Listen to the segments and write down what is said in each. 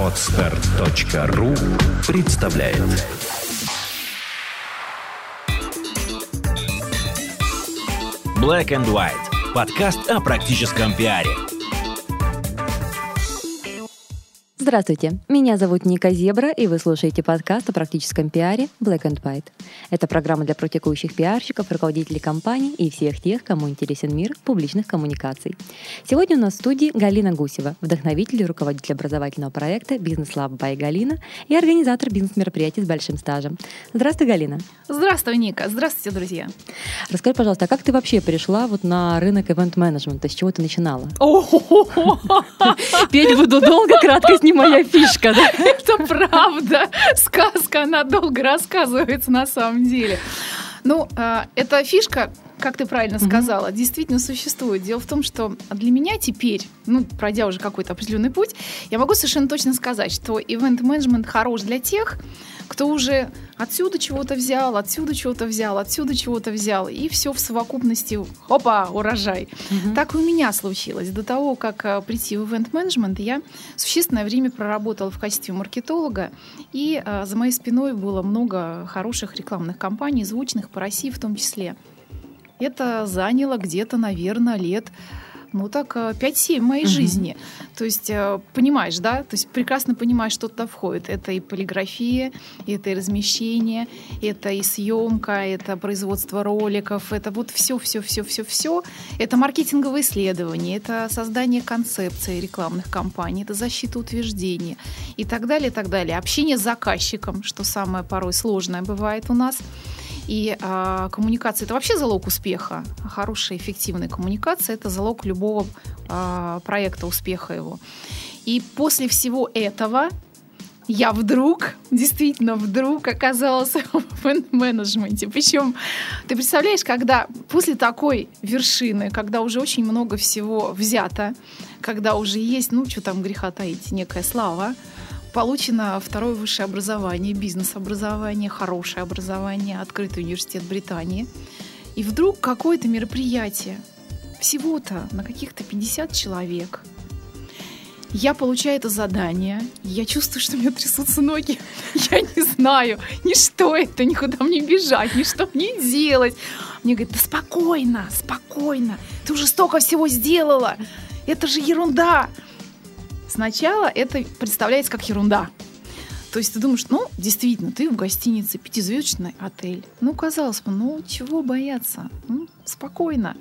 Podster.ru представляет. Black and White. Подкаст о практическом пиаре. Здравствуйте, меня зовут Ника Зебра, и вы слушаете подкаст о практическом пиаре Black and White. Это программа для практикующих пиарщиков, руководителей компаний и всех тех, кому интересен мир публичных коммуникаций. Сегодня у нас в студии Галина Гусева, вдохновитель и руководитель образовательного проекта «Бизнес Lab by Галина» и организатор бизнес-мероприятий с большим стажем. Здравствуй, Галина. Здравствуй, Ника. Здравствуйте, друзья. Расскажи, пожалуйста, а как ты вообще пришла на рынок ивент-менеджмента? С чего ты начинала? Петь буду долго, кратко, не моя фишка, да? Это правда. Сказка, она долго рассказывается на самом деле. Эта фишка, как ты правильно сказала, действительно существует. Дело в том, что для меня теперь, пройдя уже какой-то определенный путь, я могу совершенно точно сказать, что ивент-менеджмент хорош для тех, кто уже отсюда чего-то взял, отсюда чего-то взял, отсюда чего-то взял, и все в совокупности, хопа, урожай. Так и у меня случилось. До того, как прийти в ивент-менеджмент, я существенное время проработала в качестве маркетолога, и за моей спиной было много хороших рекламных кампаний, звучных по России в том числе. Это заняло где-то, наверное, лет 5-7 моей жизни. То есть, понимаешь, да? То есть прекрасно понимаешь, что туда входит. Это и полиграфия, это и размещение, это и съемка, это производство роликов, это вот все. Это маркетинговые исследования, это создание концепции рекламных кампаний, это защита утверждений и так далее, и так далее. Общение с заказчиком, что самое порой сложное бывает у нас. И коммуникация – это вообще залог успеха. Хорошая, эффективная коммуникация – это залог любого проекта, успеха его. И после всего этого я действительно вдруг оказалась в ивент-менеджменте. Причем, ты представляешь, когда после такой вершины, когда уже очень много всего взято, когда уже есть, что там греха таить, некая слава, получено второе высшее образование, бизнес-образование, хорошее образование, открытый университет Британии. И вдруг какое-то мероприятие, всего-то на каких-то 50 человек. Я получаю это задание, я чувствую, что у меня трясутся ноги. Я не знаю, ни что это, никуда мне бежать, ни что мне делать. Мне говорят, да спокойно, ты уже столько всего сделала, это же ерунда. Сначала это представляется как ерунда. То есть ты думаешь, действительно, ты в гостинице, 5-звездочный отель. Казалось бы, чего бояться? Спокойно.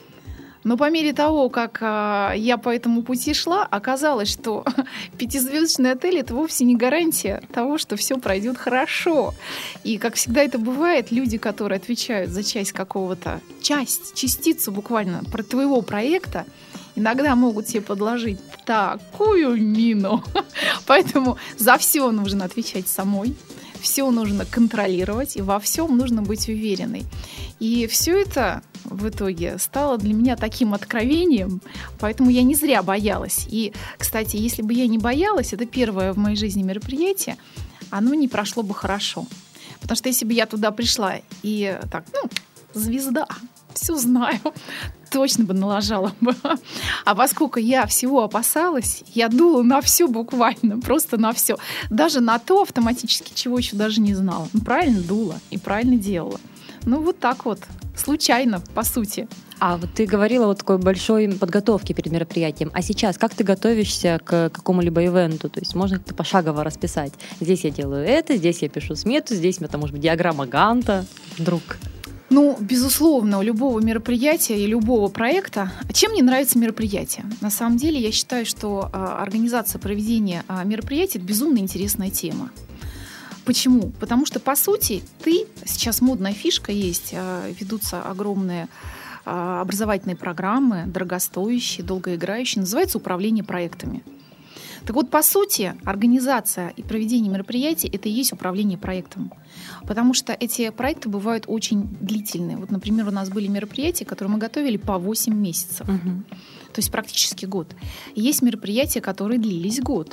Но по мере того, как я по этому пути шла, оказалось, что 5-звездочный отель – это вовсе не гарантия того, что все пройдет хорошо. И, как всегда это бывает, люди, которые отвечают за часть какого-то, частицу буквально твоего проекта, иногда могут себе подложить такую мину. Поэтому за все нужно отвечать самой, все нужно контролировать, и во всем нужно быть уверенной. И все это в итоге стало для меня таким откровением, поэтому я не зря боялась. И, кстати, если бы я не боялась, это первое в моей жизни мероприятие, оно не прошло бы хорошо. Потому что если бы я туда пришла и так, звезда, все знаю, точно бы налажала бы. А поскольку я всего опасалась, я дула на все буквально, просто на все. Даже на то автоматически, чего еще даже не знала. Правильно дула и правильно делала. Вот так вот, случайно, по сути. А вот ты говорила о такой большой подготовке перед мероприятием. А сейчас как ты готовишься к какому-либо ивенту? То есть можно как-то пошагово расписать. Здесь я делаю это, здесь я пишу смету, здесь у меня там может быть диаграмма Ганта. Вдруг... Безусловно, у любого мероприятия и любого проекта. Чем мне нравится мероприятие? На самом деле, я считаю, что организация проведения мероприятий – это безумно интересная тема. Почему? Потому что, по сути, сейчас модная фишка есть, ведутся огромные образовательные программы, дорогостоящие, долгоиграющие, называется управление проектами. Так вот, по сути, организация и проведение мероприятий – это и есть управление проектом. Потому что эти проекты бывают очень длительные. Вот, например, у нас были мероприятия, которые мы готовили по 8 месяцев. То есть практически год. И есть мероприятия, которые длились год.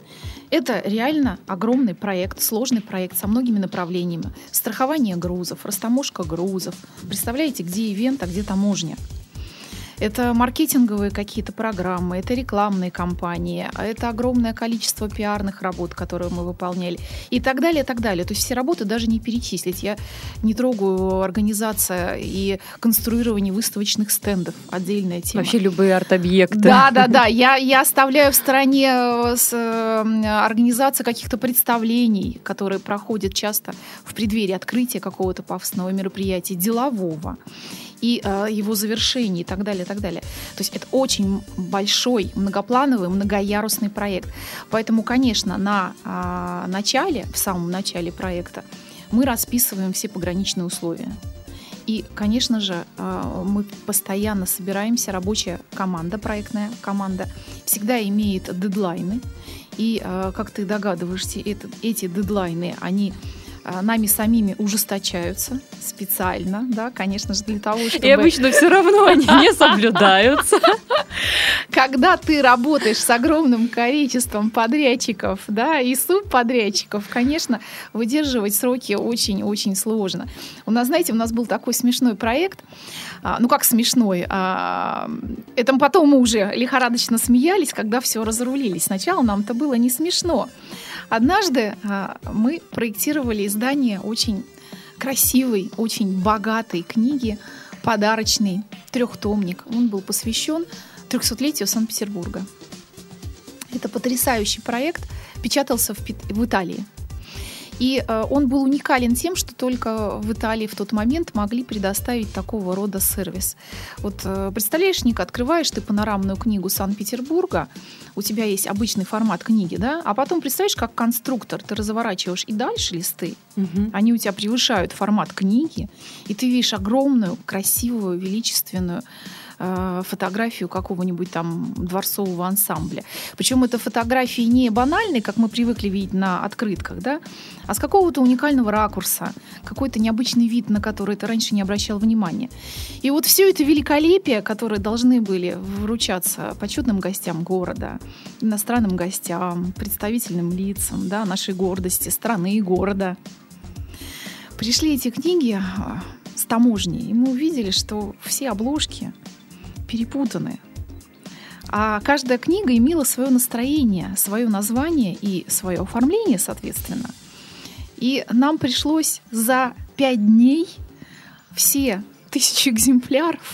Это реально огромный проект, сложный проект со многими направлениями. Страхование грузов, растаможка грузов. Представляете, где ивент, а где таможня. Это маркетинговые какие-то программы, это рекламные кампании, это огромное количество пиарных работ, которые мы выполняли, и так далее, и так далее. То есть все работы даже не перечислить. Я не трогаю организация и конструирование выставочных стендов. Отдельная тема. Вообще любые арт-объекты. Да. Я оставляю в стороне организацию каких-то представлений, которые проходят часто в преддверии открытия какого-то пафосного мероприятия, делового, и его завершение, и так далее, и так далее. То есть это очень большой, многоплановый, многоярусный проект. Поэтому, конечно, в самом начале проекта мы расписываем все пограничные условия. И, конечно же, мы постоянно собираемся, рабочая команда, проектная команда всегда имеет дедлайны. И, как ты догадываешься, эти дедлайны, они нами самими ужесточаются специально, да, конечно же, для того, чтобы... И обычно все равно они не соблюдаются. Когда ты работаешь с огромным количеством подрядчиков, да, и субподрядчиков, конечно, выдерживать сроки очень-очень сложно. У нас был такой смешной проект, как смешной, это потом мы уже лихорадочно смеялись, когда все разрулили. Сначала нам это было не смешно. Однажды мы проектировали издание очень красивой, очень богатой книги, подарочный, 3-томник. Он был посвящен 300-летию Санкт-Петербурга. Это потрясающий проект, печатался в Италии. И он был уникален тем, что только в Италии в тот момент могли предоставить такого рода сервис. Вот представляешь, Ника, открываешь ты панорамную книгу Санкт-Петербурга, у тебя есть обычный формат книги, да, а потом представляешь, как конструктор ты разворачиваешь и дальше листы, они у тебя превышают формат книги, и ты видишь огромную, красивую, величественную фотографию какого-нибудь там дворцового ансамбля. Причем это фотографии не банальные, как мы привыкли видеть на открытках, да, а с какого-то уникального ракурса, какой-то необычный вид, на который ты раньше не обращал внимания. И вот все это великолепие, которое должны были вручаться почетным гостям города, иностранным гостям, представительным лицам, да, нашей гордости, страны и города. Пришли эти книги с таможни, и мы увидели, что все обложки перепутаны. А каждая книга имела свое настроение, свое название и свое оформление, соответственно. И нам пришлось за 5 дней все 1000 экземпляров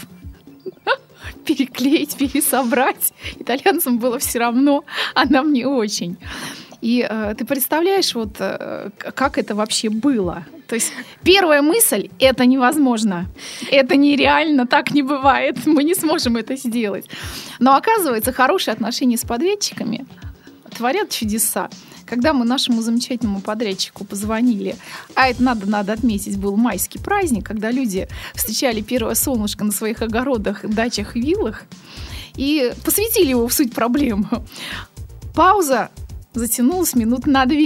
переклеить, пересобрать. Итальянцам было все равно, а нам не очень. И ты представляешь, вот как это вообще было? То есть первая мысль – это невозможно, это нереально, так не бывает, мы не сможем это сделать. Но оказывается, хорошие отношения с подрядчиками творят чудеса. Когда мы нашему замечательному подрядчику позвонили, а это надо отметить, был майский праздник, когда люди встречали первое солнышко на своих огородах, дачах и виллах, и посвятили его в суть проблемы. Пауза затянулась минут на 2.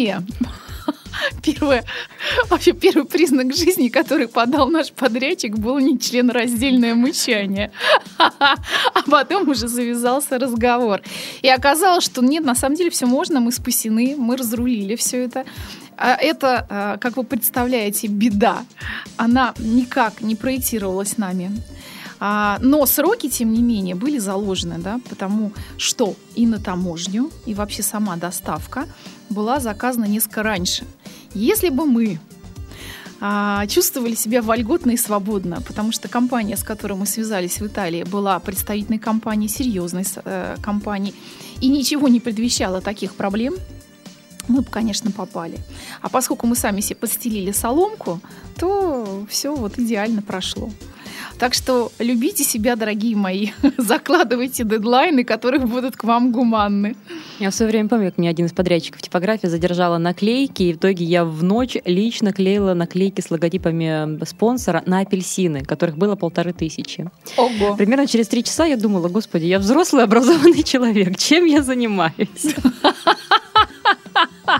Первый признак жизни, который подал наш подрядчик, был нечленораздельное мычание. А потом уже завязался разговор. И оказалось, что нет, на самом деле все можно, мы спасены, мы разрулили все это. Это, как вы представляете, беда. Она никак не проектировалась нами. Но сроки, тем не менее, были заложены, да, потому что и на таможню, и вообще сама доставка была заказана несколько раньше. Если бы мы чувствовали себя вольготно и свободно, потому что компания, с которой мы связались в Италии, была представительной компанией, серьезной компанией, и ничего не предвещало таких проблем, мы бы, конечно, попали. А поскольку мы сами себе подстелили соломку, то все вот идеально прошло. Так что любите себя, дорогие мои. Закладывайте дедлайны, которые будут к вам гуманны. Я в свое время помню, как мне один из подрядчиков типографии задержала наклейки, и в итоге я в ночь лично клеила наклейки с логотипами спонсора на апельсины, которых было 1500. Ого! Примерно через 3 часа я думала, господи, я взрослый образованный человек, чем я занимаюсь?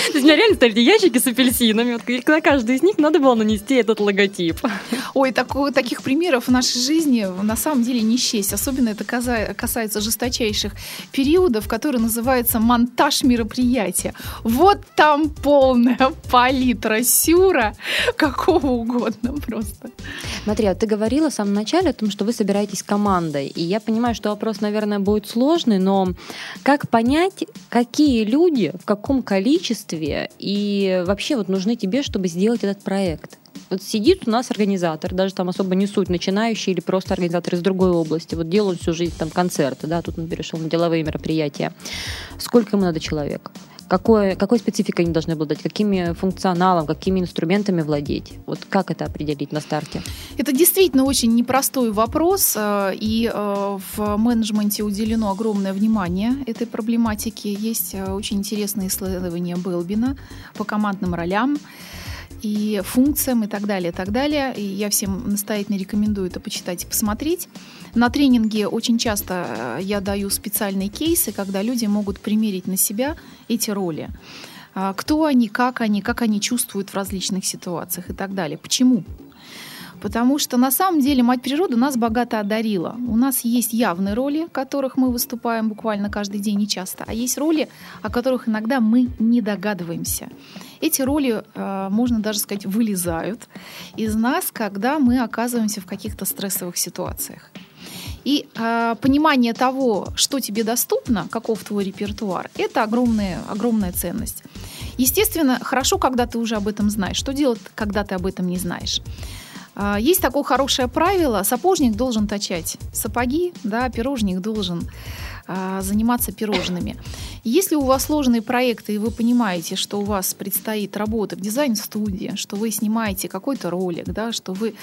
То есть у меня реально стояли ящики с апельсинами, и на каждый из них надо было нанести этот логотип. Ой, таких примеров в нашей жизни на самом деле не счесть. Особенно это касается жесточайших периодов, которые называются монтаж мероприятия. Вот там полная палитра сюра, какого угодно просто. Смотри, а ты говорила в самом начале о том, что вы собираетесь командой. И я понимаю, что вопрос, наверное, будет сложный, но как понять, какие люди, в каком количестве и вообще вот нужны тебе, чтобы сделать этот проект? Вот сидит у нас организатор, даже там особо не суть, начинающий или просто организатор из другой области, вот делают всю жизнь там концерты, да, тут он перешел на деловые мероприятия. Сколько ему надо человек? Какой спецификой они должны обладать, какими функционалом, какими инструментами владеть? Вот как это определить на старте? Это действительно очень непростой вопрос, и в менеджменте уделено огромное внимание этой проблематике. Есть очень интересные исследования Белбина по командным ролям и функциям и так далее, и так далее. И я всем настоятельно рекомендую это почитать и посмотреть. На тренинге очень часто я даю специальные кейсы, когда люди могут примерить на себя эти роли. Кто они, как они чувствуют в различных ситуациях и так далее. Почему? Потому что на самом деле Мать Природа нас богато одарила. У нас есть явные роли, в которых мы выступаем буквально каждый день и часто, а есть роли, о которых иногда мы не догадываемся. Эти роли, можно даже сказать, вылезают из нас, когда мы оказываемся в каких-то стрессовых ситуациях. И понимание того, что тебе доступно, каков твой репертуар, это огромная ценность. Естественно, хорошо, когда ты уже об этом знаешь. Что делать, когда ты об этом не знаешь? Есть такое хорошее правило: сапожник должен точать сапоги, да, пирожник должен заниматься пирожными. Если у вас сложные проекты, и вы понимаете, что у вас предстоит работа в дизайн-студии, что вы снимаете какой-то ролик, да, что вы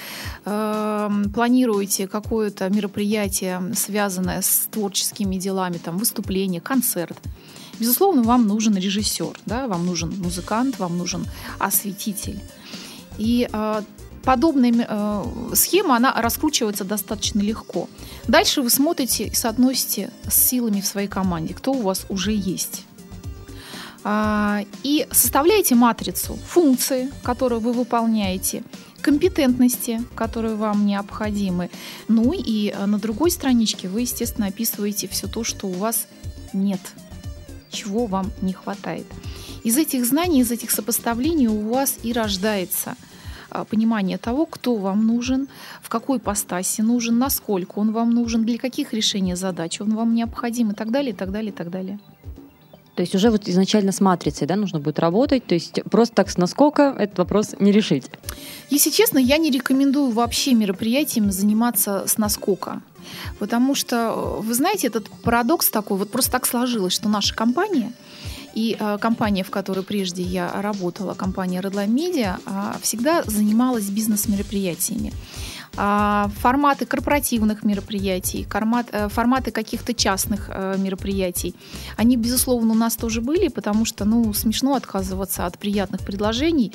планируете какое-то мероприятие, связанное с творческими делами, там, выступление, концерт, безусловно, вам нужен режиссер, да, вам нужен музыкант, вам нужен осветитель. И подобная схема, она раскручивается достаточно легко. Дальше вы смотрите и соотносите с силами в своей команде, кто у вас уже есть. И составляете матрицу функции, которые вы выполняете, компетентности, которые вам необходимы. Ну и на другой страничке вы, естественно, описываете все то, что у вас нет, чего вам не хватает. Из этих знаний, из этих сопоставлений у вас и рождается понимание того, кто вам нужен, в какой ипостаси нужен, насколько он вам нужен, для каких решений задач он вам необходим и так далее, и так далее, и так далее. То есть уже вот изначально с матрицей, да, нужно будет работать, то есть просто так с наскока этот вопрос не решить. Если честно, я не рекомендую вообще мероприятиями заниматься с наскока. Потому что, вы знаете, этот парадокс такой, вот просто так сложилось, что наша компания и компания, в которой прежде я работала, компания Redline Media, всегда занималась бизнес-мероприятиями. Форматы корпоративных мероприятий, форматы каких-то частных мероприятий, они, безусловно, у нас тоже были, потому что, смешно отказываться от приятных предложений,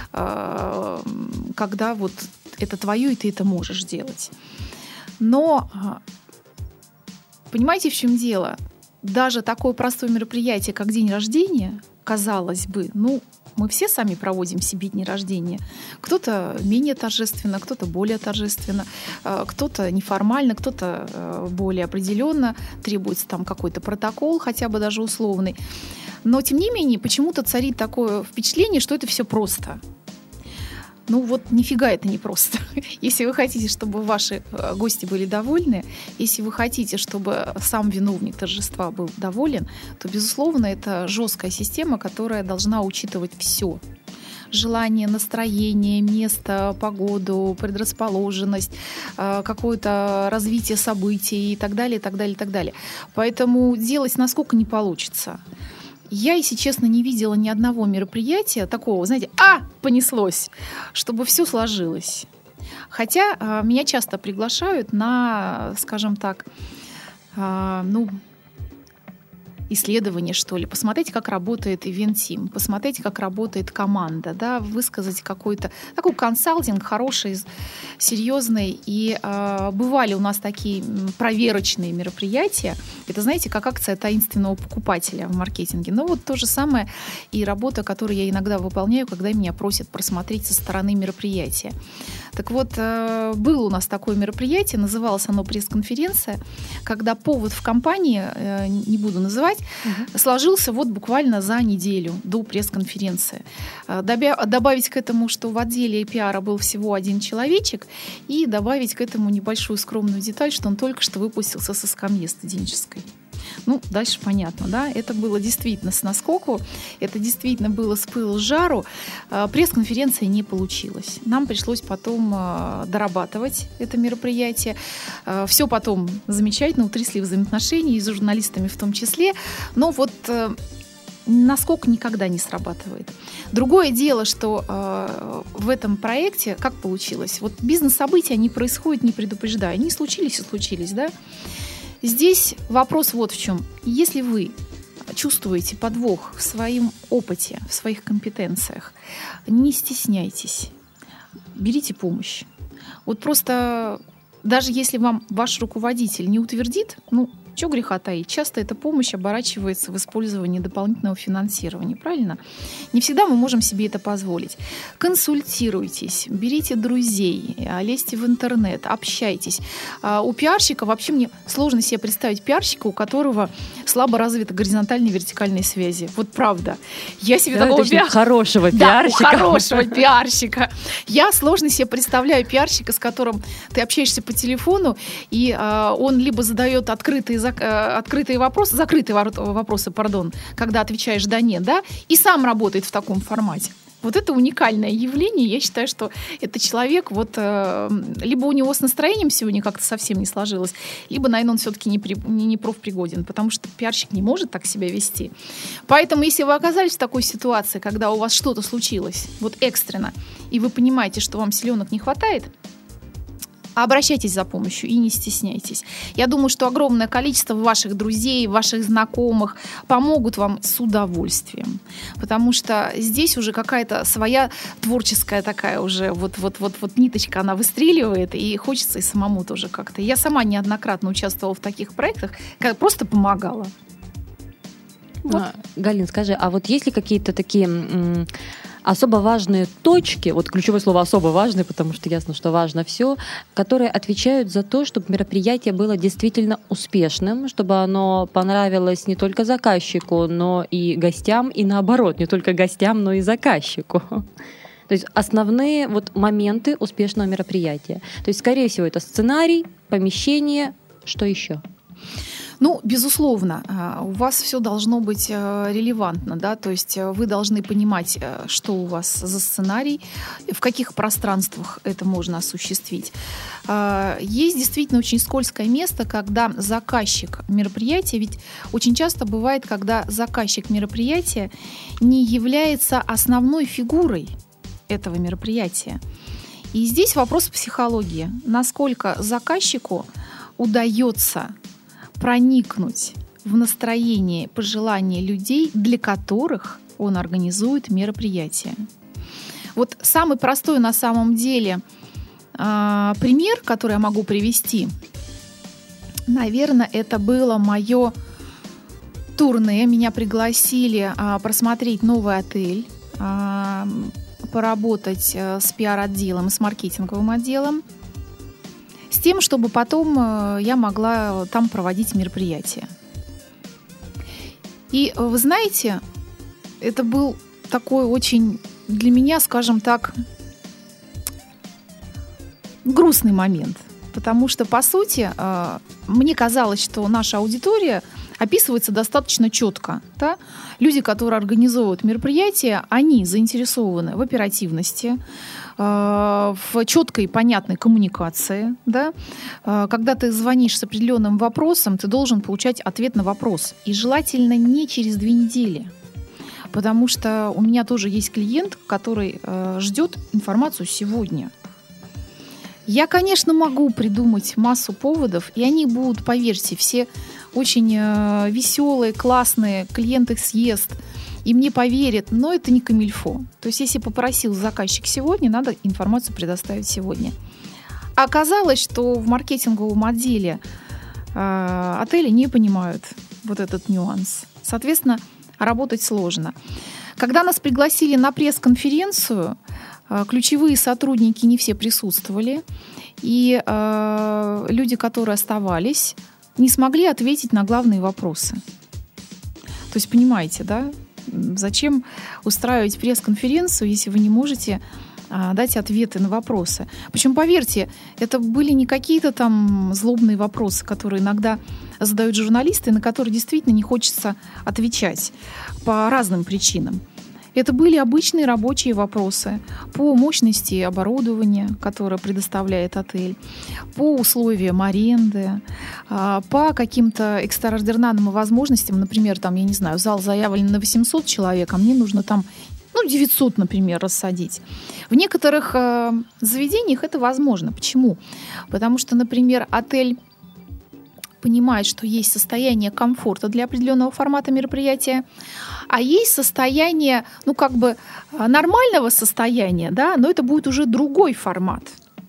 когда вот это твое, и ты это можешь делать. Но понимаете, в чем дело? Даже такое простое мероприятие, как день рождения, казалось бы, мы все сами проводим себе дни рождения. Кто-то менее торжественно, кто-то более торжественно, кто-то неформально, кто-то более определенно, требуется там какой-то протокол, хотя бы даже условный. Но, тем не менее, почему-то царит такое впечатление, что это все просто. Нифига это не просто. Если вы хотите, чтобы ваши гости были довольны, если вы хотите, чтобы сам виновник торжества был доволен, то, безусловно, это жесткая система, которая должна учитывать все. Желание, настроение, место, погоду, предрасположенность, какое-то развитие событий и так далее, и так далее, и так далее. Поэтому делать насколько не получится. Я, если честно, не видела ни одного мероприятия такого, знаете, понеслось, чтобы все сложилось. Хотя меня часто приглашают на, скажем так, исследование, что ли, посмотреть, как работает ивент-тим, посмотреть, как работает команда, да, высказать какой-то такой консалтинг хороший, серьезный. И бывали у нас такие проверочные мероприятия. Это, знаете, как акция таинственного покупателя в маркетинге. Но вот то же самое и работа, которую я иногда выполняю, когда меня просят просмотреть со стороны мероприятия. Так вот, было у нас такое мероприятие, называлось оно пресс-конференция, когда повод в компании, не буду называть, сложился вот буквально за неделю до пресс-конференции. Добавить к этому, что в отделе пиара был всего один человечек, и добавить к этому небольшую скромную деталь, что он только что выпустился со скамьи студенческой. Ну, дальше понятно, да? Это было действительно с наскоку, это действительно было с пылу с жару. Пресс-конференция не получилась. Нам пришлось потом дорабатывать это мероприятие. Все потом замечательно, утрясли взаимоотношения, и с журналистами в том числе. Но вот наскок никогда не срабатывает. Другое дело, что в этом проекте, как получилось, вот бизнес-события, они происходят, не предупреждая. Они случились и случились, да? Здесь вопрос вот в чем. Если вы чувствуете подвох в своем опыте, в своих компетенциях, не стесняйтесь, берите помощь. Вот просто даже если вам ваш руководитель не утвердит, чего греха таить, часто эта помощь оборачивается в использовании дополнительного финансирования, правильно? Не всегда мы можем себе это позволить. Консультируйтесь, берите друзей, лезьте в интернет, общайтесь. У пиарщика, вообще мне сложно себе представить пиарщика, у которого слабо развиты горизонтальные и вертикальные связи. Вот правда. Я себе такого хорошего пиарщика. Да, хорошего пиарщика. Я сложно себе представляю пиарщика, с которым ты общаешься по телефону, и он либо задает закрытые вопросы, когда отвечаешь «да», «нет», да, и сам работает в таком формате. Вот это уникальное явление. Я считаю, что это человек, либо у него с настроением сегодня как-то совсем не сложилось, либо, наверное, он все-таки не профпригоден, потому что пиарщик не может так себя вести. Поэтому, если вы оказались в такой ситуации, когда у вас что-то случилось, вот экстренно, и вы понимаете, что вам силенок не хватает, обращайтесь за помощью и не стесняйтесь. Я думаю, что огромное количество ваших друзей, ваших знакомых помогут вам с удовольствием. Потому что здесь уже какая-то своя творческая такая уже вот ниточка, она выстреливает, и хочется и самому тоже как-то. Я сама неоднократно участвовала в таких проектах, когда просто помогала. Вот. Галин, скажи, а вот есть ли какие-то такие особо важные точки, вот ключевое слово «особо важные», потому что ясно, что важно все, которые отвечают за то, чтобы мероприятие было действительно успешным, чтобы оно понравилось не только заказчику, но и гостям, и наоборот, не только гостям, но и заказчику? То есть основные моменты успешного мероприятия. То есть, скорее всего, это сценарий, помещение, что еще? Безусловно, у вас все должно быть релевантно, да, то есть вы должны понимать, что у вас за сценарий, в каких пространствах это можно осуществить. Есть действительно очень скользкое место, когда заказчик мероприятия, ведь очень часто бывает, когда заказчик мероприятия не является основной фигурой этого мероприятия. И здесь вопрос психологии. Насколько заказчику удается проникнуть в настроение, пожелания людей, для которых он организует мероприятие. Вот самый простой на самом деле пример, который я могу привести, наверное, это было мое турне. Меня пригласили просмотреть новый отель, поработать с пиар-отделом, с маркетинговым отделом, с тем, чтобы потом я могла там проводить мероприятия. И вы знаете, это был такой очень для меня, скажем так, грустный момент. Потому что, по сути, мне казалось, что наша аудитория описывается достаточно четко. Да? Люди, которые организовывают мероприятия, они заинтересованы в оперативности, в четкой и понятной коммуникации. Да? Когда ты звонишь с определенным вопросом, ты должен получать ответ на вопрос. И желательно не через 2 недели. Потому что у меня тоже есть клиент, который ждет информацию сегодня. Я, конечно, могу придумать массу поводов, и они будут, поверьте, все очень веселые, классные, клиент их съест, и мне поверят, но это не камильфо. То есть если попросил заказчик сегодня, надо информацию предоставить сегодня. А оказалось, что в маркетинговом отделе отели не понимают вот этот нюанс. Соответственно, работать сложно. Когда нас пригласили на пресс-конференцию, ключевые сотрудники не все присутствовали, и люди, которые оставались, не смогли ответить на главные вопросы. То есть, понимаете, да? Зачем устраивать пресс-конференцию, если вы не можете дать ответы на вопросы? Причем, поверьте, это были не какие-то там злобные вопросы, которые иногда задают журналисты, на которые действительно не хочется отвечать по разным причинам. Это были обычные рабочие вопросы по мощности оборудования, которое предоставляет отель, по условиям аренды, по каким-то экстраординарным возможностям. Например, там, я не знаю, зал заявлен на 800 человек, а мне нужно там 900, например, рассадить. В некоторых заведениях это возможно. Почему? Потому что, например, отель понимает, что есть состояние комфорта для определенного формата мероприятия, а есть состояние, нормального состояния, да, но это будет уже другой формат.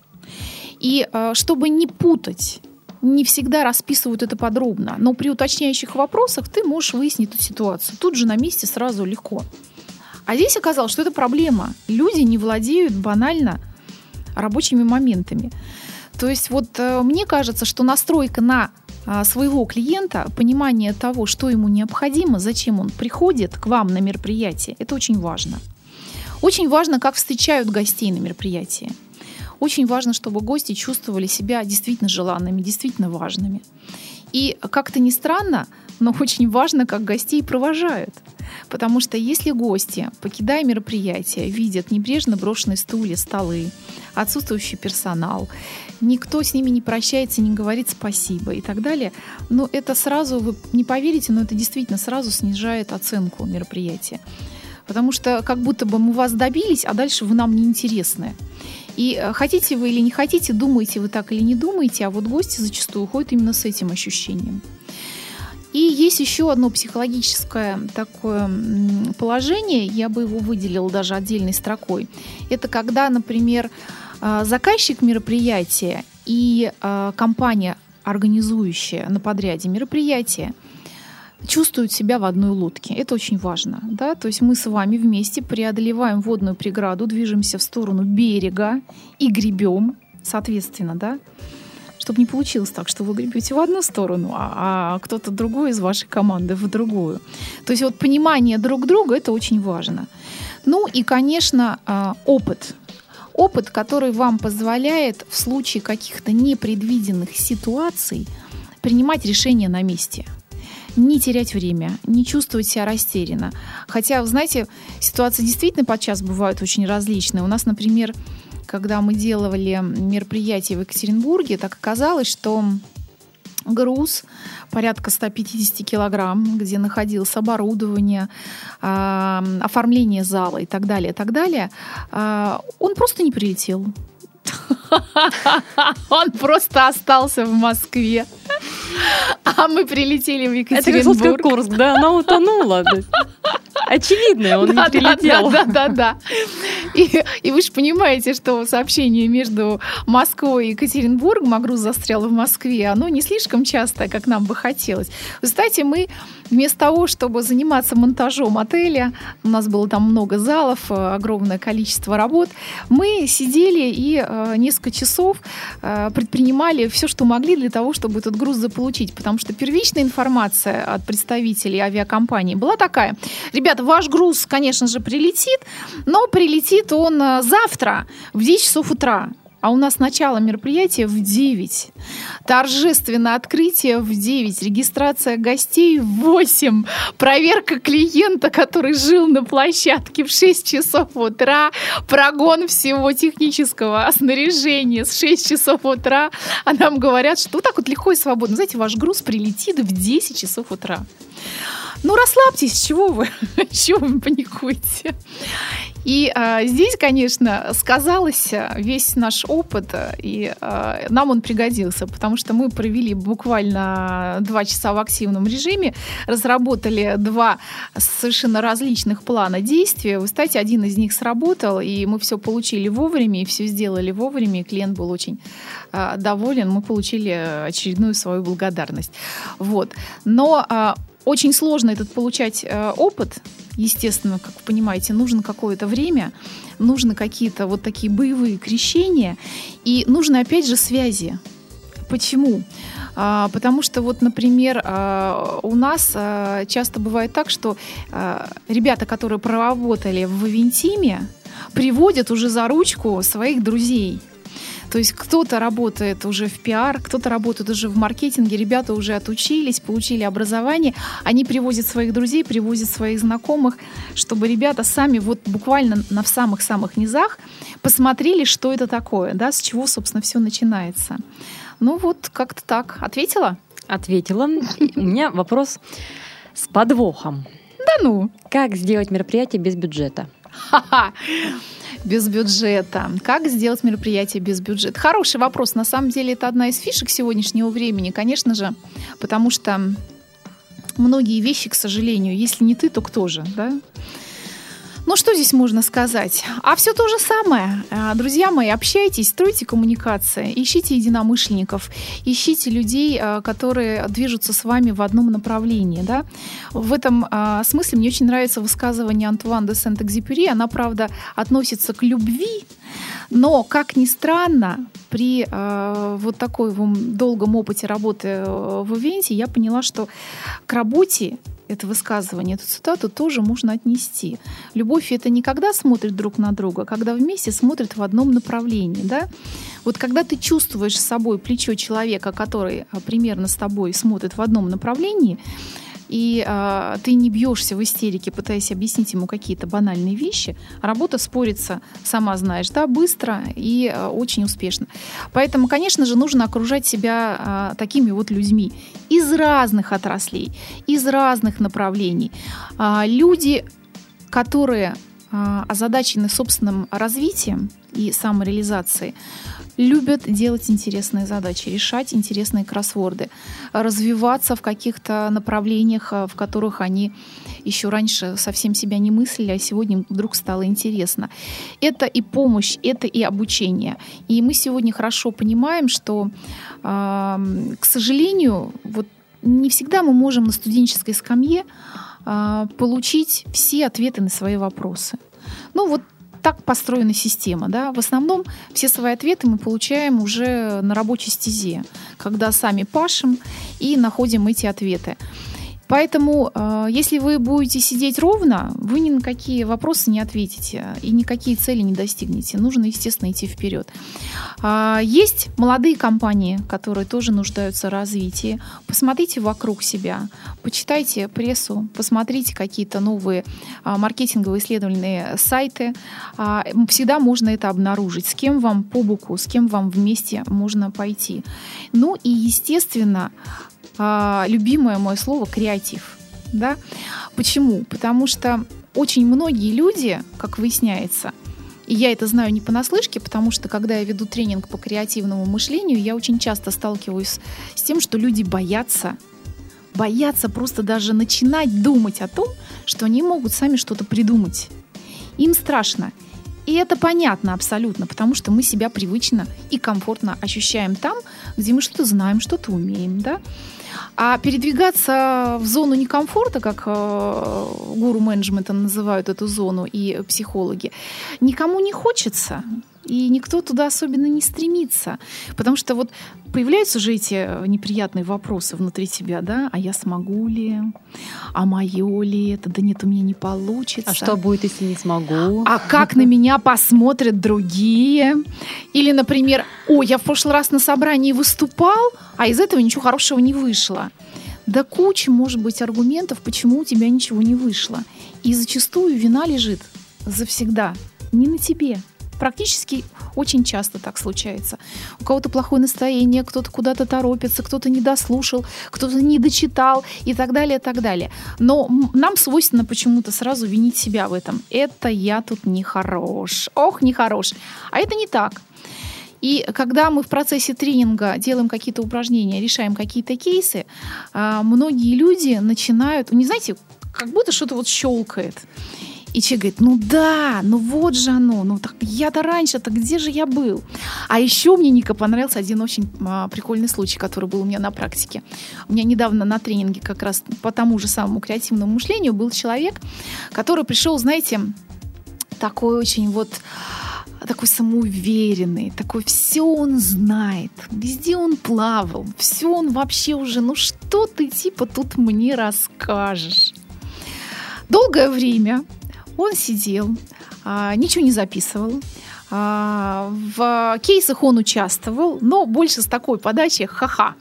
И чтобы не путать, не всегда расписывают это подробно, но при уточняющих вопросах ты можешь выяснить эту ситуацию. Тут же на месте сразу легко. А здесь оказалось, что это проблема. Люди не владеют банально рабочими моментами. То есть мне кажется, что настройка на своего клиента, понимание того, что ему необходимо, зачем он приходит к вам на мероприятие, это очень важно. Очень важно, как встречают гостей на мероприятии. Очень важно, чтобы гости чувствовали себя действительно желанными, действительно важными. И как-то ни странно, но очень важно, как гостей провожают. Потому что если гости, покидая мероприятие, видят небрежно брошенные стулья, столы, отсутствующий персонал, никто с ними не прощается, не говорит спасибо и так далее, это сразу, вы не поверите, но это действительно сразу снижает оценку мероприятия. Потому что как будто бы мы вас добились, а дальше вы нам неинтересны. И хотите вы или не хотите, думаете вы так или не думаете, а гости зачастую уходят именно с этим ощущением. И есть еще одно психологическое такое положение, я бы его выделила даже отдельной строкой. Это когда, например, заказчик мероприятия и компания, организующая на подряде мероприятие, чувствуют себя в одной лодке. Это очень важно. Да? То есть мы с вами вместе преодолеваем водную преграду, движемся в сторону берега и гребем, соответственно, да? Чтобы не получилось так, что вы гребете в одну сторону, а кто-то другой из вашей команды в другую. То есть понимание друг друга — это очень важно. И, конечно, опыт. Опыт, который вам позволяет в случае каких-то непредвиденных ситуаций принимать решения на месте. Не терять время, не чувствовать себя растерянно. Хотя, вы знаете, ситуации действительно подчас бывают очень различные. У нас, например, когда мы делали мероприятие в Екатеринбурге, так оказалось, что груз порядка 150 килограмм, где находилось оборудование, оформление зала и так далее, он просто не прилетел. Он просто остался в Москве. А мы прилетели в Екатеринбург. Это Курск, да? Она утонула. Очевидно, он не прилетел. Да. И вы же понимаете, что сообщение между Москвой и Екатеринбургом, а груз застрял в Москве, оно не слишком частое, как нам бы хотелось. Кстати, мы вместо того, чтобы заниматься монтажом отеля, у нас было там много залов, огромное количество работ, мы сидели и несколько часов предпринимали все, что могли для того, чтобы этот груз заполучить. Потому что первичная информация от представителей авиакомпании была такая: ребята, ваш груз, конечно же, прилетит, но прилетит он завтра в 10 часов утра. А у нас начало мероприятия в 9. Торжественное открытие в 9. Регистрация гостей в 8. Проверка клиента, который жил на площадке в 6 часов утра. Прогон всего технического снаряжения с 6 часов утра. А нам говорят, что так легко и свободно. Знаете, ваш груз прилетит в 10 часов утра. Расслабьтесь, чего вы паникуете? И здесь, конечно, сказался весь наш опыт, и нам он пригодился, потому что мы провели буквально 2 часа в активном режиме, разработали 2 совершенно различных плана действия. Вы знаете, один из них сработал, и мы все получили вовремя, и все сделали вовремя, и клиент был очень доволен, мы получили очередную свою благодарность. Вот. Но очень сложно этот получать опыт. Естественно, как вы понимаете, нужно какое-то время, нужны какие-то вот такие боевые крещения, и нужны, опять же, связи. Почему? Потому что, вот, например, у нас часто бывает так, что ребята, которые проработали в Ивентиме, приводят уже за ручку своих друзей. То есть кто-то работает уже в пиар, кто-то работает уже в маркетинге, ребята уже отучились, получили образование, они привозят своих друзей, привозят своих знакомых, чтобы ребята сами вот буквально в самых-самых низах посмотрели, что это такое, да, с чего, собственно, все начинается. Ну вот, как-то так. Ответила? Ответила. У меня вопрос с подвохом. Да ну! Как сделать мероприятие без бюджета? Ха-ха! Без бюджета. Как сделать мероприятие без бюджета? Хороший вопрос. На самом деле это одна из фишек сегодняшнего времени, конечно же, потому что многие вещи, к сожалению, если не ты, то кто же, да? Ну, что здесь можно сказать? А все то же самое. Друзья мои, общайтесь, стройте коммуникации, ищите единомышленников, ищите людей, которые движутся с вами в одном направлении. Да? В этом смысле мне очень нравится высказывание Антуан де Сент-Экзюпери. Она, правда, относится к любви, но, как ни странно, при вот таком долгом опыте работы в ивенте я поняла, что к работе это высказывание, эту цитату тоже можно отнести. Любовь — это не когда смотрят друг на друга, а когда вместе смотрят в одном направлении. Да? Вот когда ты чувствуешь с собой плечо человека, который примерно с тобой смотрит в одном направлении, и ты не бьешься в истерике, пытаясь объяснить ему какие-то банальные вещи, работа спорится, сама знаешь, да, быстро и очень успешно. Поэтому, конечно же, нужно окружать себя такими вот людьми из разных отраслей, из разных направлений. Люди, которые озадачены собственным развитием и самореализацией, любят делать интересные задачи, решать интересные кроссворды, развиваться в каких-то направлениях, в которых они еще раньше совсем себя не мыслили, а сегодня вдруг стало интересно. Это и помощь, это и обучение. И мы сегодня хорошо понимаем, что, к сожалению, вот не всегда мы можем на студенческой скамье получить все ответы на свои вопросы. Ну вот так построена система. Да? В основном все свои ответы мы получаем уже на рабочей стезе, когда сами пашем и находим эти ответы. Поэтому, если вы будете сидеть ровно, вы ни на какие вопросы не ответите и никакие цели не достигнете. Нужно, естественно, идти вперед. Есть молодые компании, которые тоже нуждаются в развитии. Посмотрите вокруг себя, почитайте прессу, посмотрите какие-то новые маркетинговые исследовательные сайты. Всегда можно это обнаружить, с кем вам по боку, с кем вам вместе можно пойти. Ну и, естественно, любимое мое слово — креатив. Да? Почему? Потому что очень многие люди, как выясняется, и я это знаю не понаслышке, потому что когда я веду тренинг по креативному мышлению, я очень часто сталкиваюсь с тем, что люди боятся просто даже начинать думать о том, что они могут сами что-то придумать. Им страшно. И это понятно абсолютно, потому что мы себя привычно и комфортно ощущаем там, где мы что-то знаем, что-то умеем. Да? А передвигаться в зону некомфорта, как гуру менеджмента называют эту зону и психологи, никому не хочется. И никто туда особенно не стремится. Потому что вот появляются же эти неприятные вопросы внутри тебя, да? А я смогу ли? А мое ли это? Да нет, у меня не получится. А что будет, если не смогу? А как на меня посмотрят другие? Или, например, я в прошлый раз на собрании выступал, а из этого ничего хорошего не вышло. Да куча, может быть, аргументов, почему у тебя ничего не вышло. И зачастую вина лежит завсегда не на тебе, Практически очень часто так случается. У кого-то плохое настроение, кто-то куда-то торопится, кто-то не дослушал, кто-то не дочитал и так далее, и так далее. Но нам свойственно почему-то сразу винить себя в этом. Это я тут нехорош. Ох, нехорош. А это не так. И когда мы в процессе тренинга делаем какие-то упражнения, решаем какие-то кейсы, многие люди начинают, не знаете, как будто что-то вот щелкает. И человек говорит, ну вот же оно, ну так я-то раньше-то где же я был? А еще мне, Ника, понравился один очень прикольный случай, который был у меня на практике. У меня недавно на тренинге как раз по тому же самому креативному мышлению был человек, который пришел, знаете, такой очень такой самоуверенный, такой все он знает, везде он плавал, все он вообще уже, ну что ты типа тут мне расскажешь? Долгое время он сидел, ничего не записывал, в кейсах он участвовал, но больше с такой подачей ха-ха.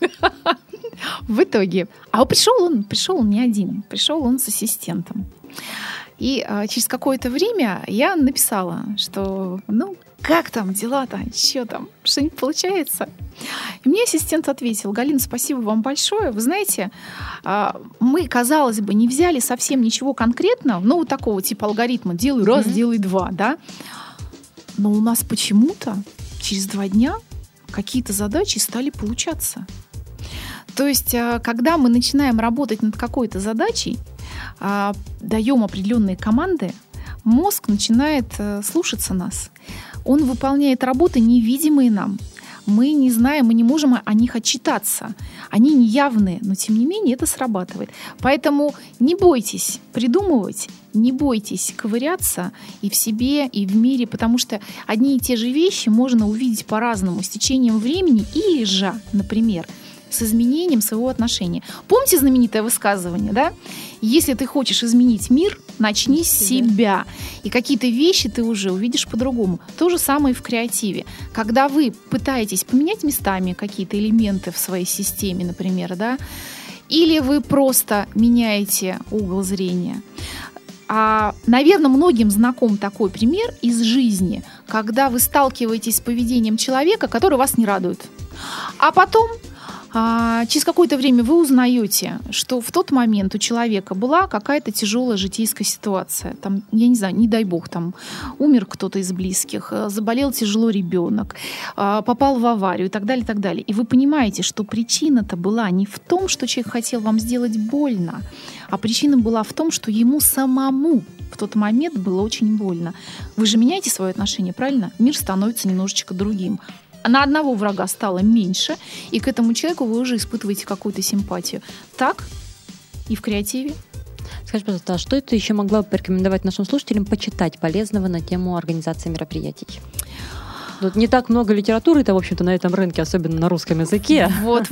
В итоге. А пришел он не один, пришел он с ассистентом. И через какое-то время я написала, что как там дела-то, что там, что-нибудь получается? И мне ассистент ответил: Галина, спасибо вам большое. Вы знаете, мы, казалось бы, не взяли совсем ничего конкретного, вот такого типа алгоритма «делай раз, делай два», да? Но у нас почему-то через 2 дня какие-то задачи стали получаться. То есть, когда мы начинаем работать над какой-то задачей, даем определенные команды, мозг начинает слушаться нас. Он выполняет работы, невидимые нам. Мы не знаем, мы не можем о них отчитаться. Они неявные, но тем не менее это срабатывает. Поэтому не бойтесь придумывать, не бойтесь ковыряться и в себе, и в мире, потому что одни и те же вещи можно увидеть по-разному с течением времени или же, например, с изменением своего отношения. Помните знаменитое высказывание, да? Если ты хочешь изменить мир, начни с себя. И какие-то вещи ты уже увидишь по-другому. То же самое и в креативе. Когда вы пытаетесь поменять местами какие-то элементы в своей системе, например, да, или вы просто меняете угол зрения. Наверное, многим знаком такой пример из жизни, когда вы сталкиваетесь с поведением человека, который вас не радует. А потом через какое-то время вы узнаете, что в тот момент у человека была какая-то тяжелая житейская ситуация. Там, я не знаю, не дай бог, там умер кто-то из близких, заболел тяжело ребенок, попал в аварию и так далее, и так далее. И вы понимаете, что причина-то была не в том, что человек хотел вам сделать больно, а причина была в том, что ему самому в тот момент было очень больно. Вы же меняете свое отношение, правильно? Мир становится немножечко другим. На одного врага стало меньше, и к этому человеку вы уже испытываете какую-то симпатию. Так и в креативе. Скажи, пожалуйста, а что ты еще могла бы порекомендовать нашим слушателям почитать полезного на тему организации мероприятий? Тут не так много литературы-то, в общем-то, на этом рынке, особенно на русском языке. Вот,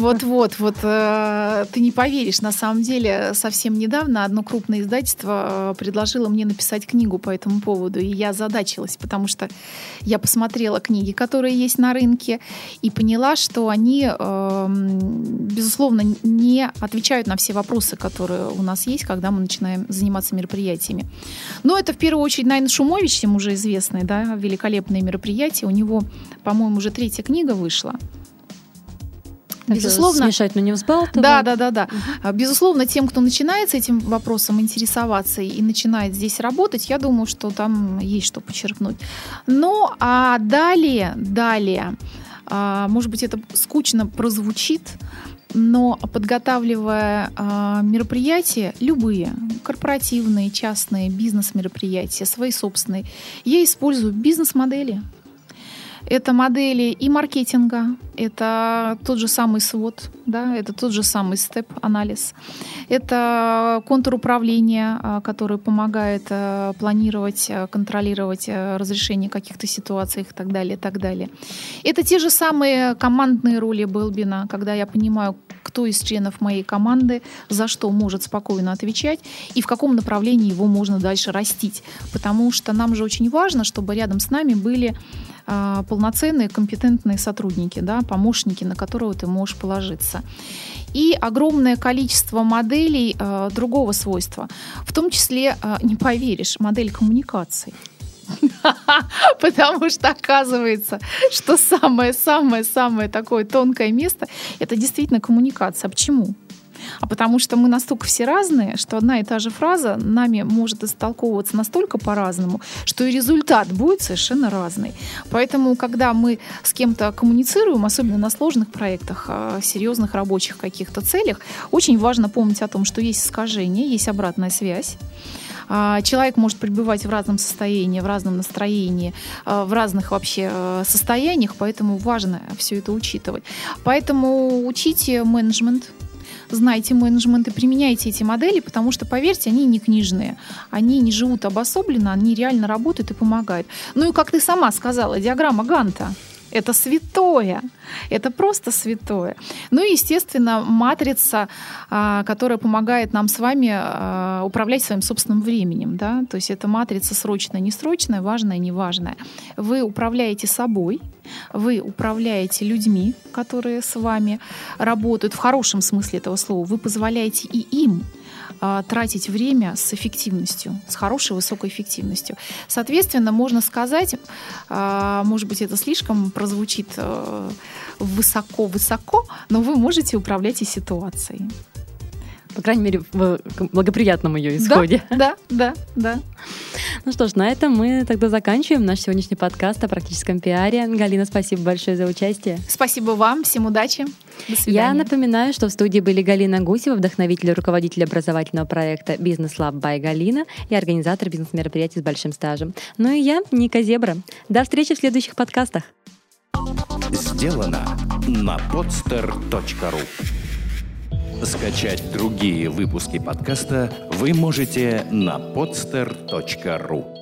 ты не поверишь, на самом деле, совсем недавно одно крупное издательство предложило мне написать книгу по этому поводу, и я озадачилась, потому что я посмотрела книги, которые есть на рынке, и поняла, что они, безусловно, не отвечают на все вопросы, которые у нас есть, когда мы начинаем заниматься мероприятиями. Но это, в первую очередь, наверное, Шумович, всем уже известный, да, великолепные мероприятия. У него, по-моему, уже 3-я книга вышла. Безусловно, смешать, но не взбалтывать. Да. Безусловно, тем, кто начинает с этим вопросом интересоваться и начинает здесь работать, я думаю, что там есть что почерпнуть. Ну, а далее, может быть, это скучно прозвучит, но подготавливая мероприятия, любые, корпоративные, частные, бизнес-мероприятия, свои собственные, я использую бизнес-модели. Это модели и маркетинга, это тот же самый SWOT, да, это тот же самый степ-анализ, это контур управления, который помогает планировать, контролировать разрешение каких-то ситуаций и так далее, и так далее. Это те же самые командные роли Белбина, когда я понимаю, кто из членов моей команды за что может спокойно отвечать и в каком направлении его можно дальше растить. Потому что нам же очень важно, чтобы рядом с нами были полноценные, компетентные сотрудники, да, помощники, на которого ты можешь положиться. И огромное количество моделей другого свойства. В том числе, не поверишь, модель коммуникаций. Потому что оказывается, что самое-самое-самое такое тонкое место — это действительно коммуникация. А почему? А потому что мы настолько все разные, что одна и та же фраза нами может истолковываться настолько по-разному, что и результат будет совершенно разный. Поэтому, когда мы с кем-то коммуницируем, особенно на сложных проектах, серьезных рабочих каких-то целях, очень важно помнить о том, что есть искажение, есть обратная связь. Человек может пребывать в разном состоянии, в разном настроении, в разных вообще состояниях, поэтому важно все это учитывать. Поэтому учите менеджмент, знайте менеджмент и применяйте эти модели, потому что, поверьте, они не книжные, они не живут обособленно, они реально работают и помогают. Ну и, как ты сама сказала, диаграмма Ганта — это святое, это просто святое. Ну и, естественно, матрица, которая помогает нам с вами управлять своим собственным временем. Да? То есть это матрица срочная, несрочная, важная, неважная. Вы управляете собой, вы управляете людьми, которые с вами работают в хорошем смысле этого слова. Вы позволяете и им тратить время с эффективностью, с хорошей высокой эффективностью. Соответственно, можно сказать, может быть, это слишком прозвучит высоко-высоко, но вы можете управлять и ситуацией. По крайней мере, в благоприятном ее исходе. Да. Ну что ж, на этом мы тогда заканчиваем наш сегодняшний подкаст о практическом пиаре. Галина, спасибо большое за участие. Спасибо вам, всем удачи. До свидания. Я напоминаю, что в студии были Галина Гусева, вдохновитель и руководитель образовательного проекта «Бизнес Лаб by Галина» и организатор бизнес-мероприятий с большим стажем. Ну и я, Ника Зебра. До встречи в следующих подкастах. Сделано на podster.ru. Скачать другие выпуски подкаста вы можете на podster.ru.